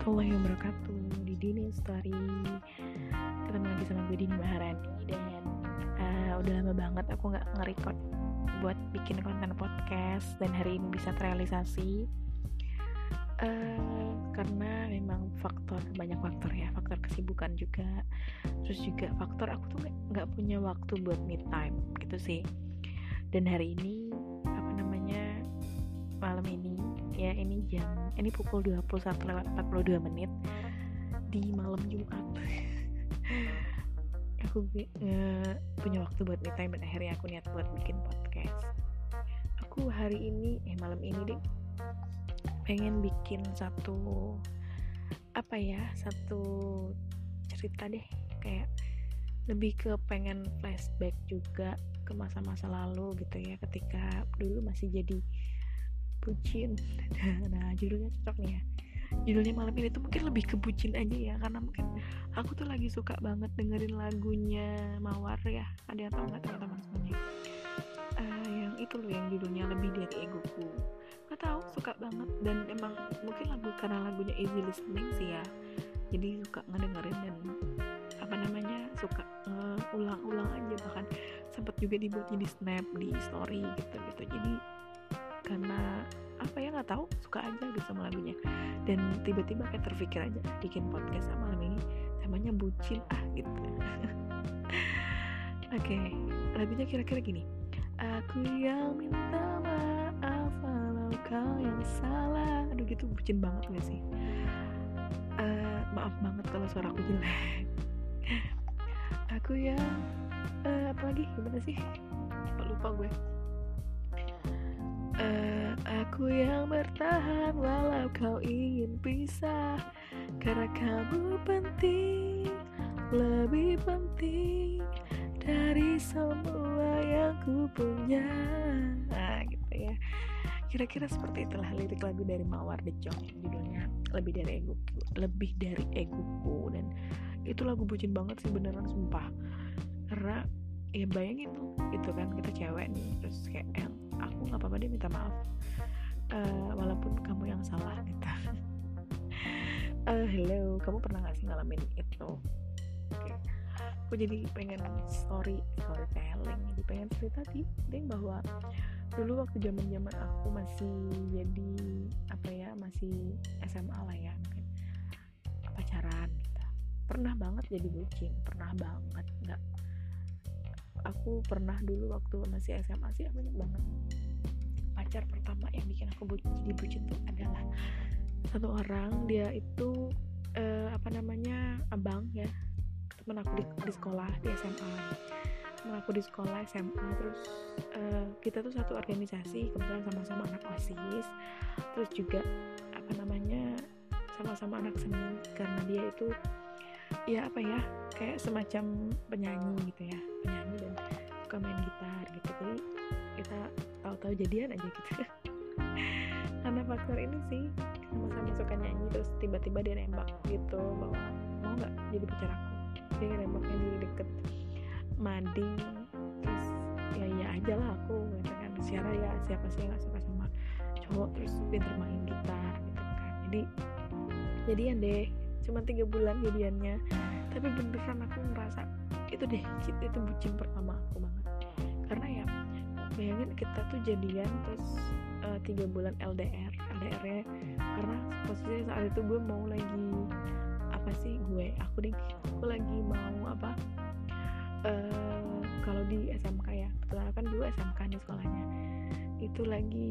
warahmatullahi wabarakatuh. Di Dini Story ketemu lagi sama gue Dini Maharani. Dan udah lama banget aku gak nge-record buat bikin konten podcast. Dan hari ini bisa terrealisasi karena memang banyak faktor ya. Faktor kesibukan juga. Terus juga faktor aku tuh gak punya waktu buat me time gitu sih. Dan hari ini malam ini ya, ini pukul 21:42 di malam Jumat. Aku punya waktu buat me time dan akhirnya aku niat buat bikin podcast. Aku hari ini malam ini deh pengen bikin satu cerita deh, kayak lebih ke pengen flashback juga ke masa-masa lalu gitu ya, ketika dulu masih jadi bucin. Nah, judulnya cocok nih ya. Judulnya malam ini tuh mungkin lebih ke bucin aja ya, karena mungkin aku tuh lagi suka banget dengerin lagunya Mawar ya. Ada yang tahu nggak teman-teman semuanya? Yang itu loh, yang judulnya Lebih Dari Egoku. Nggak tahu, suka banget. Dan emang mungkin karena lagunya easy listening sih ya. Jadi suka ngedengerin dan suka ulang-ulang aja, bahkan sempat juga dibuat jadi snap di story gitu. Jadi karena nggak tahu, suka aja gitu sama lagunya, dan tiba-tiba kayak terpikir aja bikin podcast sama malam ini temanya bucin gitu. Oke, lagunya kira-kira gini. Aku yang minta maaf walau kau yang salah. Aduh, gitu bucin banget gak sih? Maaf banget kalau suara aku jelek. Aku yang apa lagi, gimana sih, lupa gue. Aku yang bertahan walau kau ingin pisah, karena kamu penting, lebih penting dari semua yang ku punya. Nah gitu ya, kira-kira seperti itulah lirik lagu dari Mawar The Jong yang judulnya Lebih Dari Egoku. Dan itu lagu bucin banget sih, beneran sumpah. Karena ya bayangin tuh, itu kan kita cewek nih, terus kayak yang aku nggak apa-apa deh minta maaf walaupun kamu yang salah gitu. Hello, kamu pernah nggak sih ngalamin itu? Okay. Aku jadi pengen storytelling, jadi pengen cerita sih bahwa dulu waktu zaman aku masih jadi masih SMA lah ya, mungkin pacaran gitu, pernah banget jadi bucin, pernah banget. Nggak, aku pernah dulu waktu masih SMA sih banyak banget. Pacar pertama yang bikin aku jadi bucin tuh adalah satu orang. Dia itu abang ya, temen aku di sekolah, di SMA. Temen aku di sekolah SMA. Terus kita tuh satu organisasi, kebetulan sama-sama anak OSIS. Terus juga sama-sama anak seni, karena dia itu kayak semacam penyanyi gitu ya, penyanyi dan suka main gitar gitu. Jadi kita tahu-tahu jadian aja gitu. Karena faktor ini sih, sama-sama suka nyanyi, terus tiba-tiba dia nembak gitu bahwa mau nggak jadi pacar aku. Dia nembaknya di deket mading, terus ya aja lah aku gitu kan. Secara ya siapa sih nggak suka sama cowok terus pinter main gitar gitu kan. Jadi jadian deh, cuma 3 bulan jadiannya, tapi beneran aku ngerasa itu bucin pertama aku banget. Karena ya bayangin, kita tuh jadian terus 3 bulan LDR-nya, karena posisinya saat itu gue mau lagi aku lagi mau kalau di SMK ya, kebetulan kan dulu SMK nih sekolahnya, itu lagi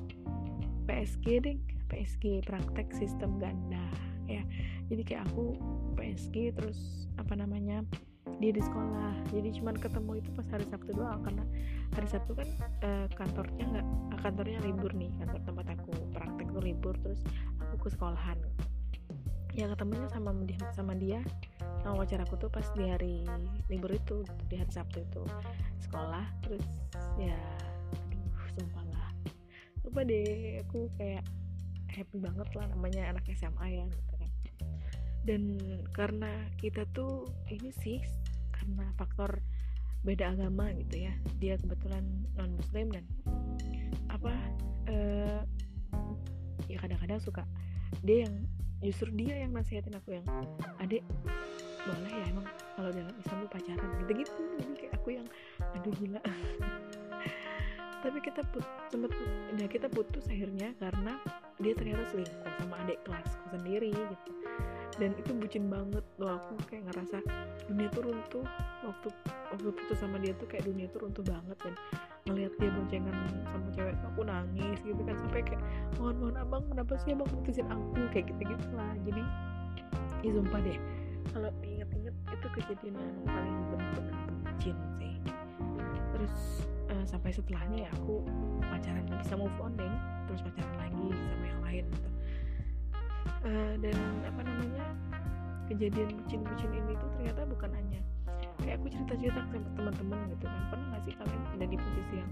PSG praktek sistem ganda ya. Jadi kayak aku PSG, terus dia di sekolah. Jadi cuman ketemu itu pas hari Sabtu doang, karena hari Sabtu kan kantornya libur nih, kantor tempat aku praktek tuh libur. Terus aku ke sekolahan ya, ketemunya sama dia sama pacar aku tuh pas di hari libur itu, di hari Sabtu itu sekolah. Terus ya sumpah lah, lupa deh, aku kayak happy banget lah, namanya anak SMA ya gitu kan. Dan karena kita tuh ini sih, karena faktor beda agama gitu ya, dia kebetulan non muslim dan ya kadang-kadang suka dia yang justru dia yang nasihatin aku, yang adek boleh ya emang kalau dalam Islam lu pacaran gitu-gitu. Jadi kayak aku yang aduh gila. Tapi kita putus akhirnya karena dia ternyata selingkuh sama adik kelasku sendiri gitu. Dan itu bucin banget loh, aku kayak ngerasa dunia tuh runtuh waktu putus sama dia tuh, kayak dunia tuh runtuh banget. Dan ngelihat dia boncengan sama cewek aku nangis gitu kan, sampai kayak mohon abang, kenapa sih abang putusin aku, kayak gitu lah. Jadi ya sumpah deh, kalau diinget-inget itu kejadian yang paling bener-bener bucin sih. Terus sampai setelahnya ya aku pacaran lagi, bisa move on deh, terus pacaran lagi sama yang lain gitu. Dan apa namanya, kejadian bucin ini tuh ternyata bukan hanya kayak aku cerita sama teman-teman gitu kan. Pernah nggak sih kalian ada di posisi yang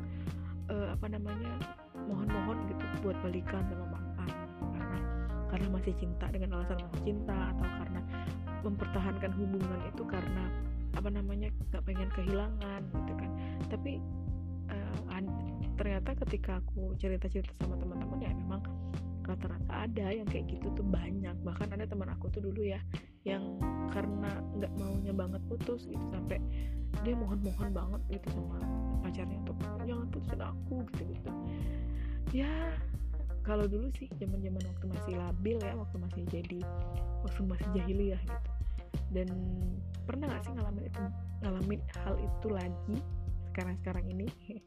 mohon gitu buat balikan sama mantan karena masih cinta, dengan alasan masih cinta, atau karena mempertahankan hubungan itu karena nggak pengen kehilangan gitu kan. Tapi ternyata ketika aku cerita sama teman-teman ya memang rata-rata ada yang kayak gitu tuh banyak. Bahkan ada teman aku tuh dulu ya yang karena nggak maunya banget putus gitu, sampai dia mohon banget gitu sama pacarnya untuk jangan putusin aku gitu. Ya kalau dulu sih zaman waktu masih labil ya, waktu masih jahiliyah gitu. Dan pernah nggak sih ngalamin hal itu lagi sekarang ini?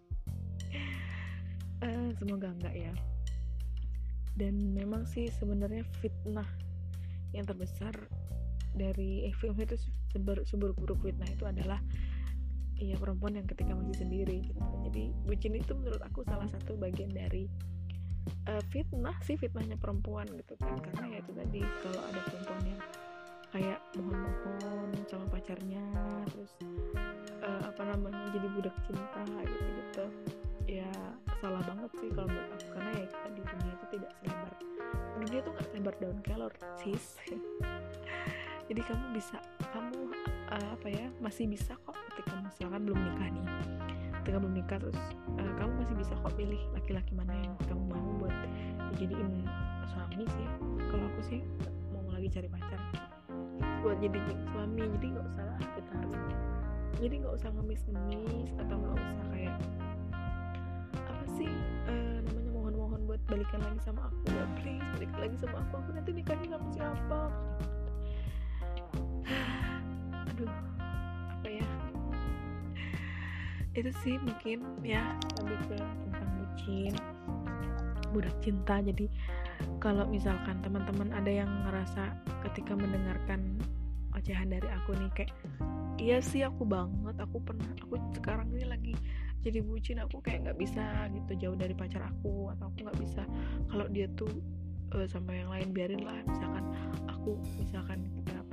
Semoga enggak ya. Dan memang sih sebenarnya fitnah yang terbesar dari film itu, seburuk-buruk fitnah itu adalah ya perempuan yang ketika masih sendiri gitu. Jadi bucin itu menurut aku salah satu bagian dari fitnahnya perempuan gitu kan. Karena ya itu tadi, kalau ada perempuan yang kayak mohon sama pacarnya, terus jadi budak cinta gitu ya salah banget sih kalau menurut aku. Karena ya kita di dunia itu tidak selebar, dunia tuh nggak selebar daun kelor sis. Jadi kamu masih bisa kok ketika misalkan belum nikah terus kamu masih bisa kok pilih laki-laki mana yang kamu mau buat dijadiin suami sih ya. Kalau aku sih mau lagi cari pacar buat jadi suami, jadi nggak usah ngemis atau nggak usah kayak namanya mohon buat balikan lagi sama aku ya, please balikan lagi sama aku nanti nikahnya sama siapa. Aduh, apa ya, itu sih mungkin ya lebih ke tentang budak cinta. Jadi kalau misalkan teman-teman ada yang ngerasa ketika mendengarkan ocehan dari aku nih kayak iya sih aku sekarang ini lagi jadi bucin, aku kayak nggak bisa gitu jauh dari pacar aku, atau aku nggak bisa kalau dia tuh sama yang lain, biarin lah. Misalkan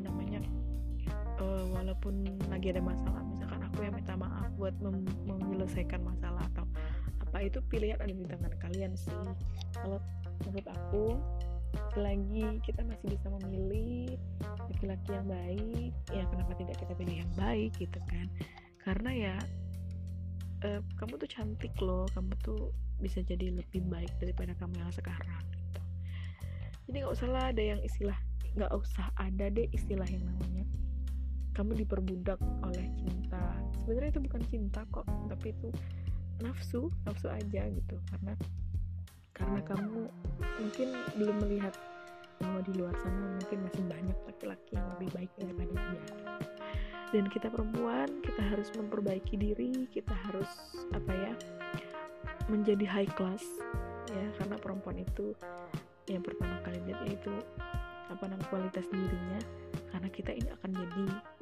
walaupun lagi ada masalah, misalkan aku yang minta maaf buat menyelesaikan masalah atau apa, itu pilihan ada di tangan kalian sih. Kalau menurut aku, selagi kita masih bisa memilih laki-laki yang baik, ya kenapa tidak kita pilih yang baik gitu kan. Karena ya kamu tuh cantik loh, kamu tuh bisa jadi lebih baik daripada kamu yang sekarang gitu. Jadi nggak usah ada deh istilah yang namanya kamu diperbudak oleh cinta. Sebenarnya itu bukan cinta kok, tapi itu nafsu aja gitu. Karena kamu mungkin belum melihat bahwa di luar sana mungkin masih banyak laki-laki yang lebih baik daripada dia. Dan kita perempuan, kita harus memperbaiki diri, kita harus menjadi high class ya, karena perempuan itu yang pertama kali lihat itu kualitas dirinya. Karena kita ini akan jadi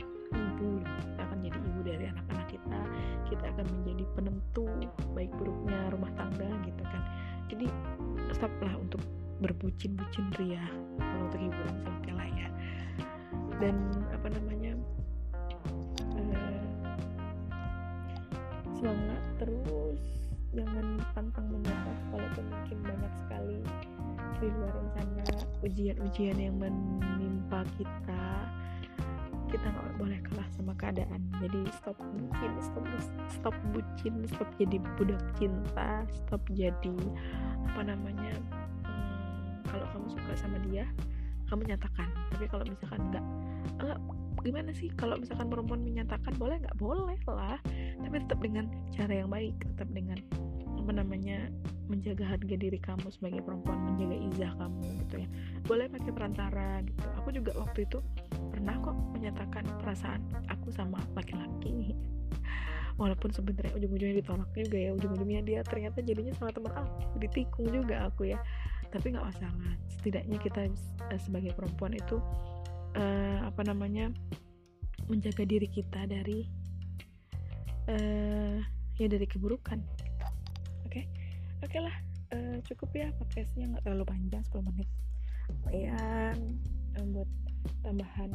ibu dari anak-anak kita akan menjadi penentu baik buruknya rumah tangga gitu kan. Jadi stoplah untuk berbucin ria. Kalau untuk hiburan oke lah ya. Dan semangat terus, jangan pantang menyerah walaupun mungkin banyak sekali di luar sana ujian yang menimpa kita nggak boleh kalah sama keadaan. Jadi stop bucin, stop jadi budak cinta, stop jadi kalau kamu suka sama dia, kamu nyatakan. Tapi kalau misalkan enggak, gimana sih kalau misalkan perempuan menyatakan, boleh nggak? Boleh lah, tapi tetap dengan cara yang baik, tetap dengan menjaga harga diri kamu sebagai perempuan, menjaga izah kamu gitu ya. Boleh pakai perantara gitu. Aku juga waktu itu pernah kok menyatakan perasaan aku sama laki-laki, walaupun sebenarnya ujung-ujungnya ditolak juga ya, ujung-ujungnya dia ternyata jadinya sama teman aku, ditikung juga aku ya. Tapi nggak masalah, setidaknya kita sebagai perempuan itu menjaga diri kita dari dari keburukan gitu. Oke lah, cukup ya podcastnya, nggak terlalu panjang, 10 menit lumayan buat tambahan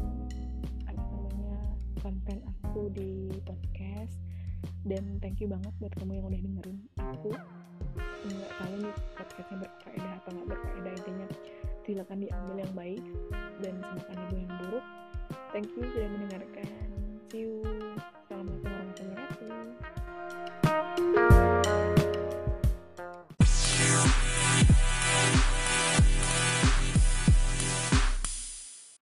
konten aku di podcast. Dan thank you banget buat kamu yang udah dengerin aku. Nggak tahu nih podcastnya berfaedah atau nggak berfaedah, intinya silakan diambil yang baik dan simpan yang buruk. Thank you sudah mendengarkan.